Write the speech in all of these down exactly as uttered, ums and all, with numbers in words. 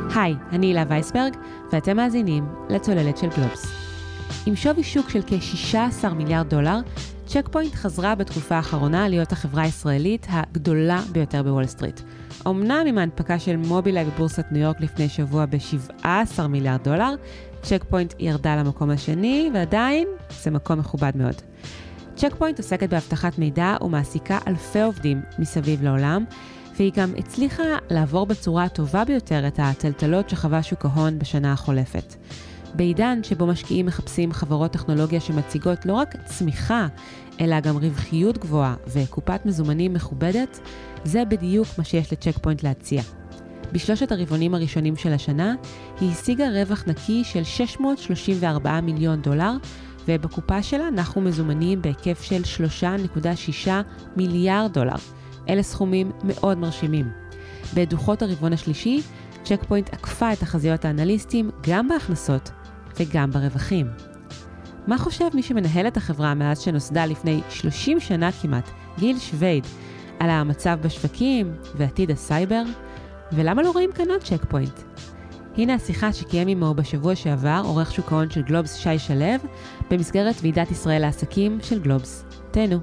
היי, אני הילה וייסברג, ואתם מאזינים לצוללת של גלובס. עם שווי שוק של כ-שישה עשר מיליארד דולר, צ'ק פוינט חזרה בתקופה האחרונה להיות החברה הישראלית הגדולה ביותר בוול סטריט. אמנם עם ההנפקה של מובילאיי בבורסת ניו יורק לפני שבוע ב-שבעה עשר מיליארד דולר, צ'ק פוינט ירדה למקום השני, ועדיין זה מקום מכובד מאוד. צ'ק פוינט עוסקת בהבטחת מידע ומעסיקה אלפי עובדים מסביב לעולם, והיא גם הצליחה לעבור בצורה הטובה ביותר את הטלטלות שחווה שוק ההון בשנה החולפת. בעידן שבו משקיעים מחפשים חברות טכנולוגיה שמציגות לא רק צמיחה, אלא גם רווחיות גבוהה וקופת מזומנים מכובדת, זה בדיוק מה שיש לצ'ק פוינט להציע. בשלושת הרבעונים הראשונים של השנה, היא השיגה רווח נקי של שש מאות שלושים וארבעה מיליון דולר, ובקופה שלה אנחנו מזומנים בהיקף של שלוש נקודה שש מיליארד דולר. אלה סכומים מאוד מרשימים. בדוחות הרבעון השלישי, צ'ק פוינט עקפה את תחזיות האנליסטים גם בהכנסות וגם ברווחים. מה חושב מי שמנהל את החברה מאז שנוסדה לפני שלושים שנה כמעט, גיל שווייד, על המצב בשווקים ועתיד הסייבר? ולמה לא רואים כאן עוד צ'ק פוינט? הנה השיחה שקיים עמו בשבוע שעבר עורך שוק ההון של גלובס שי שלו במסגרת ועידת ישראל לעסקים של גלובס. תהנו.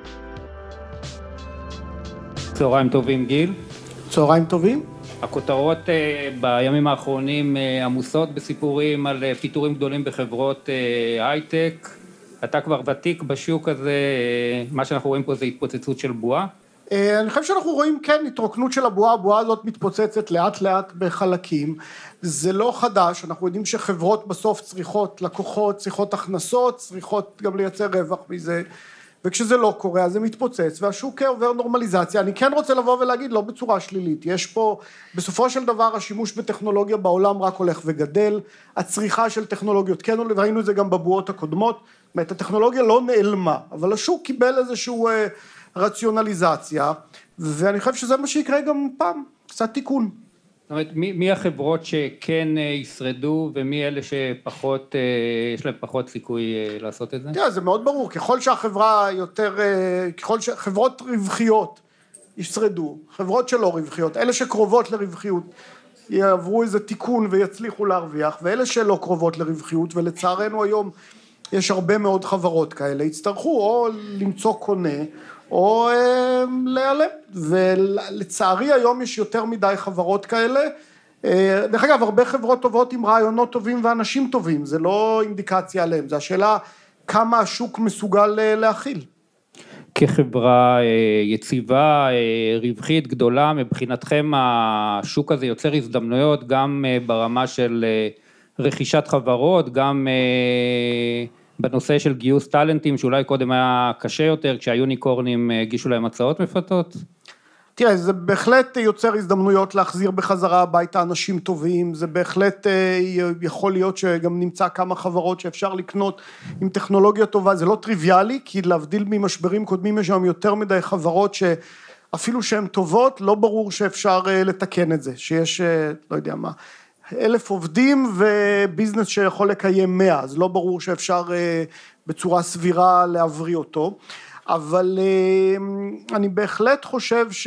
צהריים טובים גיל. צהריים טובים. הכותרות uh, בימים האחרונים uh, עמוסות בסיפורים על uh, פיטורים גדולים בחברות uh, הייטק. אתה כבר ותיק בשוק הזה, uh, מה שאנחנו רואים פה זה התפוצצות של בועה. Uh, אני חושב שאנחנו רואים כן התרוקנות של הבועה, הבועה הזאת מתפוצצת לאט לאט בחלקים. זה לא חדש, אנחנו יודעים שחברות בסוף צריכות לקוחות, צריכות הכנסות, צריכות גם לייצר רווח מזה. וכשזה לא קורה, אז זה מתפוצץ, והשוק עובר נורמליזציה. אני כן רוצה לבוא ולהגיד, לא בצורה שלילית. יש פה, בסופו של דבר, השימוש בטכנולוגיה בעולם רק הולך וגדל. הצריכה של טכנולוגיות, כן, וראינו את זה גם בבועות הקודמות. זאת אומרת, הטכנולוגיה לא נעלמה, אבל השוק קיבל איזשהו אה, רציונליזציה, ואני חושב שזה מה שיקרה גם פעם, קצת תיקון. זאת אומרת, מי, מי החברות שכן ישרדו, ומי אלה שפחות, יש להם פחות סיכוי לעשות את זה? תראה, זה מאוד ברור, ככל שהחברה יותר, ככל שחברות רווחיות ישרדו, חברות שלא רווחיות, אלה שקרובות לרווחיות, יעברו איזה תיקון ויצליחו להרוויח, ואלה שלא קרובות לרווחיות, ולצערנו היום יש הרבה מאוד חברות כאלה, יצטרכו או למצוא קונה, או אה, להיעלם, ולצערי היום יש יותר מדי חברות כאלה, אה, דרך אגב הרבה חברות טובות עם רעיונות טובים ואנשים טובים, זה לא אינדיקציה עליהם, זה השאלה כמה השוק מסוגל אה, להכיל. כחברה אה, יציבה, אה, רווחית גדולה, מבחינתכם השוק הזה יוצר הזדמנויות גם אה, ברמה של אה, רכישת חברות, גם אה, בנושא של גיוס טלנטים, שאולי קודם היה קשה יותר, כשהיוניקורנים הגישו להם הצעות מפתות? תראה, זה בהחלט יוצר הזדמנויות להחזיר בחזרה הביתה אנשים טובים, זה בהחלט יכול להיות שגם נמצא כמה חברות שאפשר לקנות עם טכנולוגיה טובה, זה לא טריוויאלי, כי להבדיל ממשברים קודמים יש שם יותר מדי חברות שאפילו שהן טובות, לא ברור שאפשר לתקן את זה, שיש, לא יודע מה, אלף עובדים וביזנס שיכול לקיים מאה, אז לא ברור שאפשר בצורה סבירה להבריא אותו, אבל אני בהחלט חושב ש...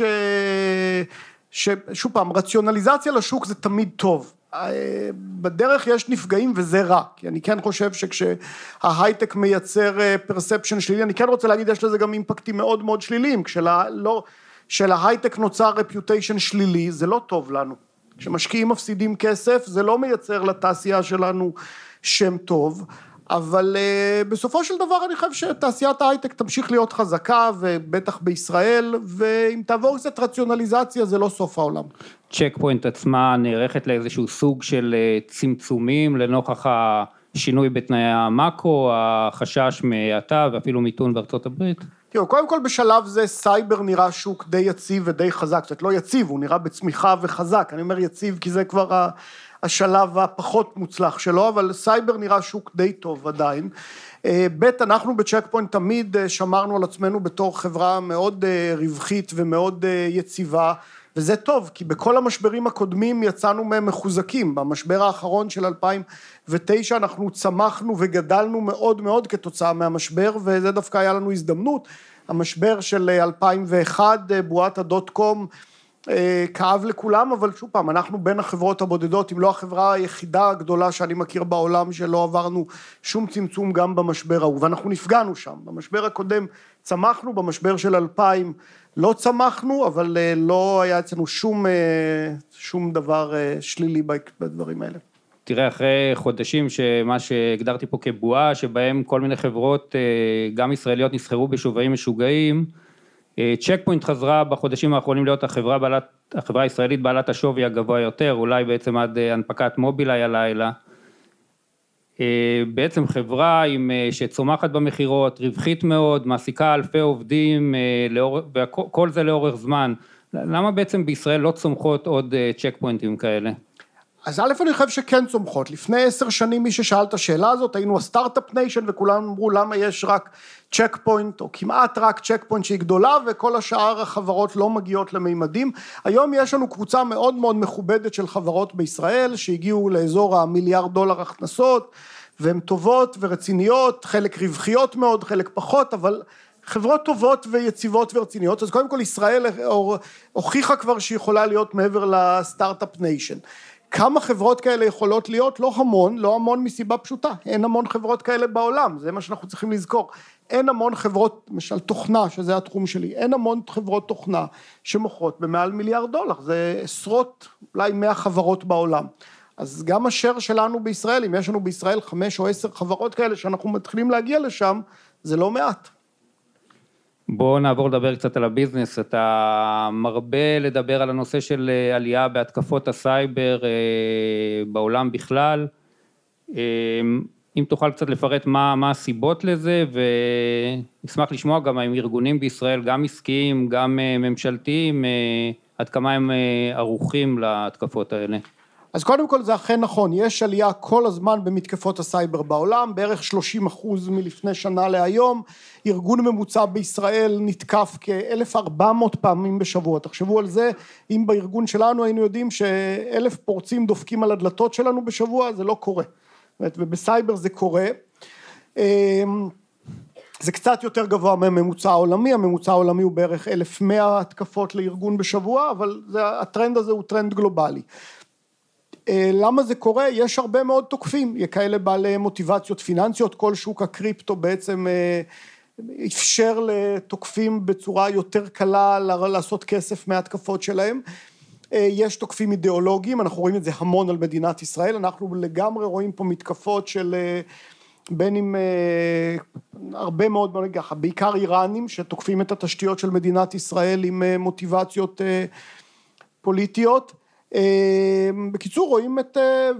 ששוב פעם, רציונליזציה לשוק זה תמיד טוב, בדרך יש נפגעים וזה רע, כי אני כן חושב שכשההייטק מייצר פרספשן שלילי, אני כן רוצה להגיד, יש לזה גם אימפקטים מאוד מאוד שליליים, כשלהייטק נוצר רפיוטיישן שלילי, זה לא טוב לנו. כשמשקיעים מפסידים כסף, זה לא מייצר לתעשייה שלנו שם טוב, אבל uh, בסופו של דבר אני חושב שתעשיית ההייטק תמשיך להיות חזקה, ובטח בישראל, ואם תעבור קצת רציונליזציה, זה לא סוף העולם. צ'ק פוינט עצמה נערכת לאיזשהו סוג של צמצומים, לנוכח השינוי בתנאי המקרו, החשש מהאטה ואפילו מיתון בארצות הברית? תראו, קודם כל בשלב זה סייבר נראה שוק די יציב ודי חזק, זאת אומרת לא יציב, הוא נראה בצמיחה וחזק, אני אומר יציב כי זה כבר השלב הפחות מוצלח שלו, אבל סייבר נראה שוק די טוב עדיין. בית, אנחנו בצ'ק פוינט תמיד שמרנו על עצמנו בתור חברה מאוד רווחית ומאוד יציבה, וזה טוב, כי בכל המשברים הקודמים יצאנו מהם מחוזקים, במשבר האחרון של אלפיים ותשע אנחנו צמחנו וגדלנו מאוד מאוד כתוצאה מהמשבר, וזה דווקא היה לנו הזדמנות, המשבר של אלפיים ואחת, בועת הדוט קום, כאב לכולם, אבל שוב פעם, אנחנו בין החברות הבודדות, אם לא החברה היחידה הגדולה שאני מכיר בעולם, שלא עברנו שום צמצום גם במשבר ההוא, ואנחנו נפגענו שם. במשבר הקודם צמחנו, במשבר של אלפיים לא צמחנו, אבל לא היה אצלנו שום, שום דבר שלילי בדברים האלה. תראה, אחרי חודשים שמה שהגדרתי פה כבועה, שבהם כל מיני חברות, גם ישראליות, נסחרו בשווים משוגעים, צ'ק פוינט חזרה בחודשים האחרונים להיות החברה, בעלת, החברה הישראלית בעלת השווי הגבוה יותר, אולי בעצם עד הנפקת מובילאיי הלילה. בעצם חברה עם, שצומחת במחירות, רווחית מאוד, מעסיקה אלפי עובדים, וכל זה לאורך זמן. למה בעצם בישראל לא צומחות עוד צ'ק פוינטים כאלה? אז א' אני חושב שכן צומחות, לפני עשר שנים מי ששאל את השאלה הזאת, היינו הסטארט-אפ ניישן וכולם אמרו למה יש רק צ'ק פוינט או כמעט רק צ'ק פוינט שהיא גדולה וכל השאר החברות לא מגיעות למימדים, היום יש לנו קבוצה מאוד מאוד מכובדת של חברות בישראל שהגיעו לאזור המיליארד דולר הכנסות והן טובות ורציניות, חלק רווחיות מאוד, חלק פחות, אבל חברות טובות ויציבות ורציניות, אז קודם כל ישראל הוכיחה כבר שהיא יכולה להיות מעבר לסטארט-אפ ניישן. כמה חברות כאלה יכולות להיות? לא המון, לא המון מסיבה פשוטה, אין המון חברות כאלה בעולם, זה מה שאנחנו צריכים לזכור, אין המון חברות, למשל תוכנה, שזה התחום שלי, אין המון חברות תוכנה שמוכרות במעל מיליארד דולר, זה עשרות, אולי מאה חברות בעולם, אז גם השאר שלנו בישראל, אם יש לנו בישראל חמש או עשר חברות כאלה שאנחנו מתחילים להגיע לשם, זה לא מעט. בואו נעבור לדבר קצת על הביזנס, אתה מרבה לדבר על הנושא של עלייה בהתקפות הסייבר בעולם בכלל, אם תוכל קצת לפרט מה, מה הסיבות לזה, ונשמח לשמוע גם עם ארגונים בישראל, גם עסקיים, גם ממשלתיים, עד כמה הם ערוכים להתקפות האלה. אז קודם כל זה אכן נכון, יש עלייה כל הזמן במתקפות הסייבר בעולם, בערך שלושים אחוז מלפני שנה להיום, ארגון ממוצע בישראל נתקף כ-אלף וארבע מאות פעמים בשבוע, תחשבו על זה, אם בארגון שלנו היינו יודעים שאלף פורצים דופקים על הדלתות שלנו בשבוע, זה לא קורה, ובסייבר זה קורה, זה קצת יותר גבוה מהממוצע העולמי, הממוצע העולמי הוא בערך אלף ומאה התקפות לארגון בשבוע, אבל זה, הטרנד הזה הוא טרנד גלובלי. למה זה קורה? יש הרבה מאוד תוקפים, כאלה בעלי מוטיבציות פיננסיות, כל שוק הקריפטו בעצם אפשר לתוקפים בצורה יותר קלה לעשות כסף מההתקפות שלהם, יש תוקפים אידיאולוגיים, אנחנו רואים את זה המון על מדינת ישראל, אנחנו לגמרי רואים פה מתקפות של בין אם הרבה מאוד, בוא נגיד ככה, בעיקר איראנים שתוקפים את התשתיות של מדינת ישראל עם מוטיבציות פוליטיות, בקיצור רואים את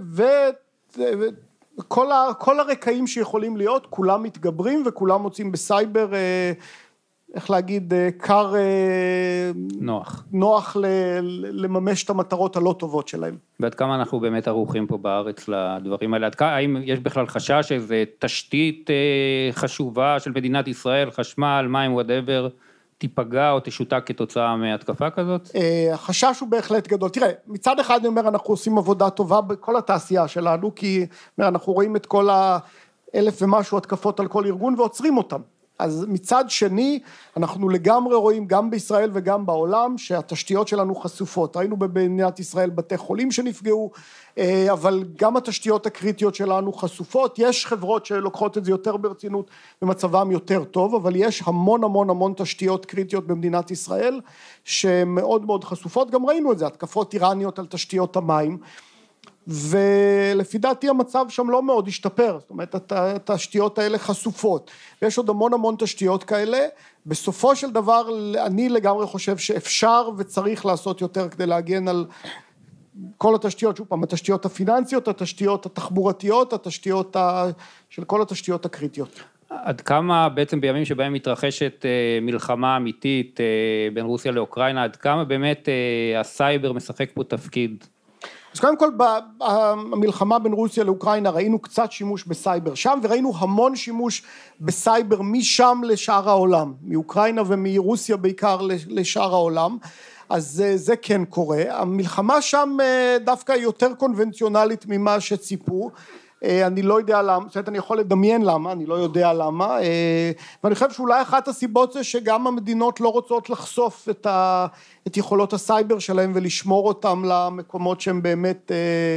וכל כל הרקעים שיכולים להיות כולם מתגברים וכולם מוצאים בסייבר איך להגיד קר נוח נוח לממש את המטרות הלא טובות שלהם. ועד כמה אנחנו באמת ערוכים פה בארץ לדברים האלה, עד כמה, האם יש בכלל חשש איזה תשתית חשובה של מדינת ישראל, חשמל, מים, whatever, תיפגע או תשותק כתוצאה מהתקפה כזאת? החשש הוא בהחלט גדול. תראה, מצד אחד אני אומר, אנחנו עושים עבודה טובה בכל התעשייה שלנו, כי אנחנו רואים את כל האלף ומשהו התקפות על כל ארגון ועוצרים אותם. אז מצד שני, אנחנו לגמרי רואים גם בישראל וגם בעולם שהתשתיות שלנו חשופות. ראינו במדינת ישראל בתי חולים שנפגעו, אבל גם התשתיות הקריטיות שלנו חשופות. יש חברות שלוקחות את זה יותר ברצינות ומצבם יותר טוב, אבל יש המון המון המון תשתיות קריטיות במדינת ישראל שמאוד מאוד חשופות. גם ראינו את זה, התקפות איראניות על תשתיות המים. ולפי דעתי המצב שם לא מאוד השתפר, זאת אומרת התשתיות האלה חשופות, ויש עוד המון המון תשתיות כאלה, בסופו של דבר אני לגמרי חושב שאפשר וצריך לעשות יותר כדי להגן על כל התשתיות, שוב פעם, התשתיות הפיננסיות, התשתיות התחבורתיות, התשתיות ה... של כל התשתיות הקריטיות. עד כמה בעצם בימים שבהם מתרחשת מלחמה אמיתית בין רוסיה לאוקראינה, עד כמה באמת הסייבר משחק פה תפקיד? אז קודם כל במלחמה בין רוסיה לאוקראינה ראינו קצת שימוש בסייבר שם וראינו המון שימוש בסייבר משם לשאר העולם, מאוקראינה ומרוסיה בעיקר לשאר העולם, אז זה, זה כן קורה. המלחמה שם דווקא יותר קונבנציונלית ממה שציפו, אני לא יודע למה, זאת אומרת, אני יכול לדמיין למה, אני לא יודע למה, ואני חושב שאולי אחת הסיבות זה שגם המדינות לא רוצות לחשוף את, ה, את יכולות הסייבר שלהם ולשמור אותם למקומות שהם באמת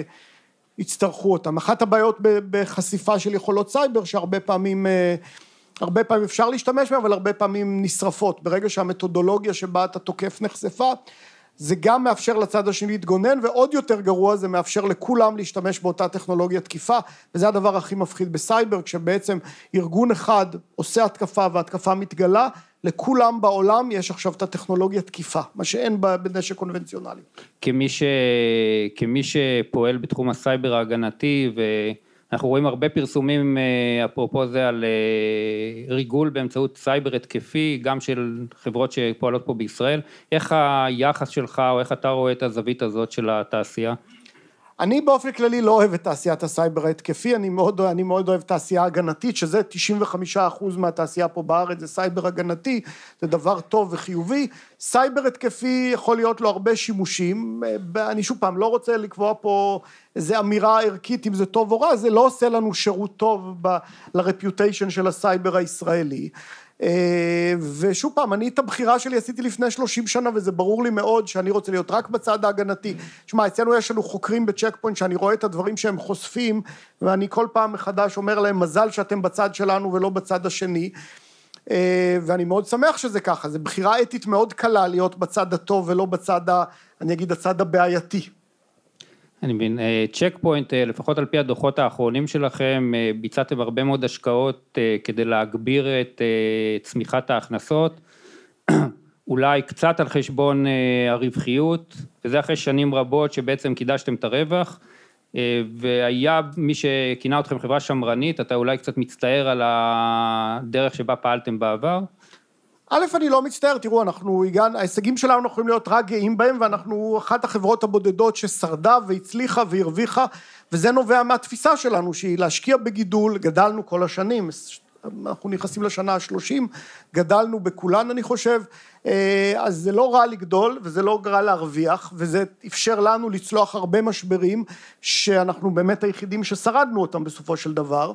יצטרכו אותם. אחת הבעיות בחשיפה של יכולות סייבר שהרבה פעמים, הרבה פעמים אפשר להשתמש בהם, אבל הרבה פעמים נשרפות. ברגע שהמתודולוגיה שבה אתה תוקף נחשפה, זה גם מאפשר לצד השני להתגונן, ועוד יותר גרוע זה מאפשר לכולם להשתמש באותה טכנולוגיה תקיפה, וזה הדבר הכי מפחיד בסייבר, כשבעצם ארגון אחד עושה התקפה והתקפה מתגלה, לכולם בעולם יש עכשיו את הטכנולוגיה תקיפה, מה שאין בנשק קונבנציונלי. כמי ש... כמי שפועל בתחום הסייבר ההגנתי, ואנחנו רואים הרבה פרסומים, אפרופו זה, על ריגול באמצעות סייבר התקפי, גם של חברות שפועלות פה בישראל. איך היחס שלך, או איך אתה רואה את הזווית הזאת של התעשייה? אני באופן כללי לא אוהב את תעשיית הסייבר ההתקפי, אני מאוד, אני מאוד אוהב תעשייה הגנתית, שזה תשעים וחמישה אחוז מהתעשייה פה בארץ, זה סייבר הגנתי, זה דבר טוב וחיובי. סייבר התקפי יכול להיות לו הרבה שימושים, אני שוב פעם לא רוצה לקבוע פה איזו אמירה ערכית אם זה טוב או רע, זה לא עושה לנו שירות טוב ל-reputation של הסייבר הישראלי. ושוב פעם, אני את הבחירה שלי עשיתי לפני שלושים שנה, וזה ברור לי מאוד שאני רוצה להיות רק בצד ההגנתי. שמע, אצלנו יש לנו חוקרים בצ'ק פוינט, שאני רואה את הדברים שהם חושפים, ואני כל פעם מחדש אומר להם, מזל שאתם בצד שלנו ולא בצד השני, ואני מאוד שמח שזה ככה, זה בחירה אתית מאוד קלה להיות בצד הטוב, ולא בצד, ה, אני אגיד, הצד הבעייתי. אני מבין, צ'ק פוינט, לפחות על פי הדוחות האחרונים שלכם, ביצעתם הרבה מאוד השקעות כדי להגביר את צמיחת ההכנסות, אולי קצת על חשבון הרווחיות, וזה אחרי שנים רבות שבעצם קידשתם את הרווח, והיה מי שכינה אתכם חברה שמרנית, אתה אולי קצת מצטער על הדרך שבה פעלתם בעבר? א', אני לא מצטער, תראו, אנחנו הגענו, ההישגים שלנו יכולים להיות רק גאים בהם, ואנחנו אחת החברות הבודדות ששרדה והצליחה והרוויחה, וזה נובע מהתפיסה שלנו, שהיא להשקיע בגידול, גדלנו כל השנים, אנחנו נכנסים לשנה ה-שלושים, גדלנו בכולן אני חושב, אז זה לא רע לגדול, וזה לא רע להרוויח, וזה אפשר לנו לצלוח הרבה משברים, שאנחנו באמת היחידים ששרדנו אותם בסופו של דבר,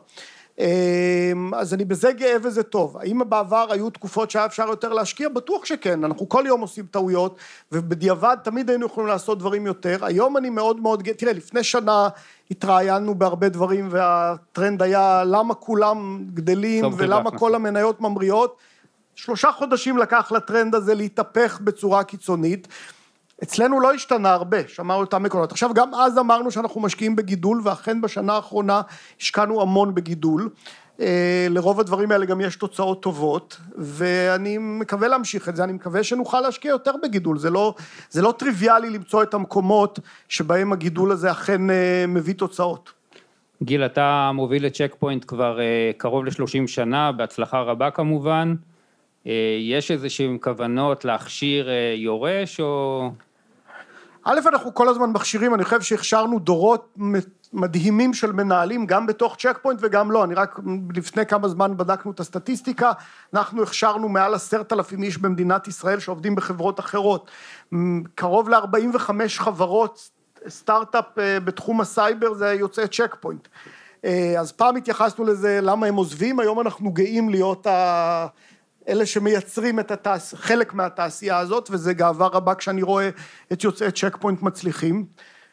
אז אני בזה גאה וזה טוב. האם בעבר היו תקופות שהיה אפשר יותר להשקיע? בטוח שכן, אנחנו כל יום עושים טעויות, ובדיעבד תמיד היינו יכולים לעשות דברים יותר. היום אני מאוד מאוד גאה, תראה, לפני שנה התראיינו בהרבה דברים, והטרנד היה למה כולם גדלים, ולמה כל המניות ממריאות. שלושה חודשים לקח לטרנד הזה להתהפך בצורה קיצונית, אצלנו לא השתנה הרבה, שמענו אותם מקונות. עכשיו גם אז אמרנו שאנחנו משקיעים בגידול, ואכן בשנה האחרונה השקענו המון בגידול. לרוב הדברים האלה גם יש תוצאות טובות, ואני מקווה להמשיך את זה, אני מקווה שנוכל להשקיע יותר בגידול. זה לא, זה לא טריוויאלי למצוא את המקומות שבהם הגידול הזה אכן מביא תוצאות. גיל, אתה מוביל את צ'ק פוינט כבר קרוב ל-שלושים שנה, בהצלחה רבה כמובן. יש איזשהם כוונות להכשיר יורש או... א', אנחנו כל הזמן מכשירים, אני חושב שהכשרנו דורות מדהימים של מנהלים, גם בתוך צ'ק פוינט וגם לא, אני רק לפני כמה זמן בדקנו את הסטטיסטיקה, אנחנו הכשרנו מעל עשרת אלפים איש במדינת ישראל שעובדים בחברות אחרות, קרוב ל-ארבעים וחמש חברות סטארט-אפ בתחום הסייבר זה יוצאי צ'ק פוינט, אז פעם התייחסנו לזה למה הם עוזבים, היום אנחנו גאים להיות ה... אלה שמייצרים את התעש... חלק מהתעשייה הזאת, וזה גאווה רבה כשאני רואה את יוצאי צ'ק פוינט מצליחים.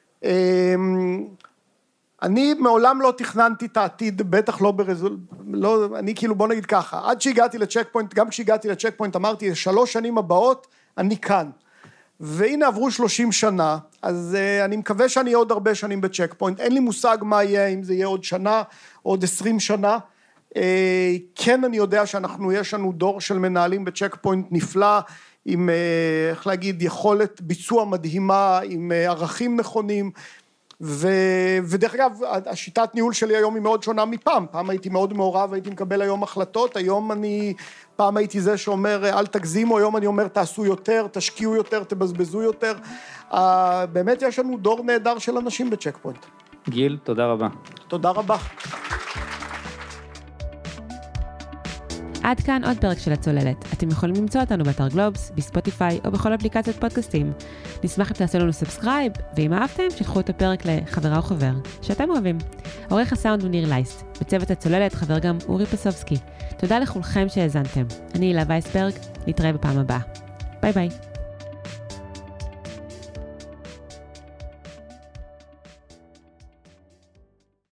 אני מעולם לא תכננתי את העתיד, בטח לא ברזול... לא, אני כאילו בוא נגיד ככה, עד שהגעתי לצ'ק פוינט, גם כשהגעתי לצ'ק פוינט אמרתי, שלוש שנים הבאות אני כאן. והנה עברו שלושים שנה, אז uh, אני מקווה שאני אהיה עוד הרבה שנים בצ'ק פוינט, אין לי מושג מה יהיה, אם זה יהיה עוד שנה, עוד עשרים שנה, כן אני יודע שאנחנו, יש לנו דור של מנהלים בצ'ק פוינט נפלא, עם, איך להגיד, יכולת ביצוע מדהימה, עם ערכים נכונים, ו, ודרך אגב, השיטת ניהול שלי היום היא מאוד שונה מפעם, פעם הייתי מאוד מעורב, הייתי מקבל היום החלטות, היום אני, פעם הייתי זה שאומר, אל תגזימו, היום אני אומר, תעשו יותר, תשקיעו יותר, תבזבזו יותר, באמת יש לנו דור נהדר של אנשים בצ'ק פוינט. גיל, תודה רבה. תודה רבה. עד כאן עוד פרק של הצוללת. אתם יכולים למצוא אותנו באתר גלובס, בספוטיפיי או בכל אפליקציית פודקאסטים. נשמח אם תעשו לנו סאבסקרייב, ואם אהבתם, שתחו את הפרק לחברה או חבר שאתם אוהבים. עורך הסאונד הוא ניר לייסט. בצוות הצוללת חבר גם אורי פסובסקי. תודה לכולכם שהאזנתם. אני הילה וייסברג, נתראה בפעם הבאה. ביי ביי.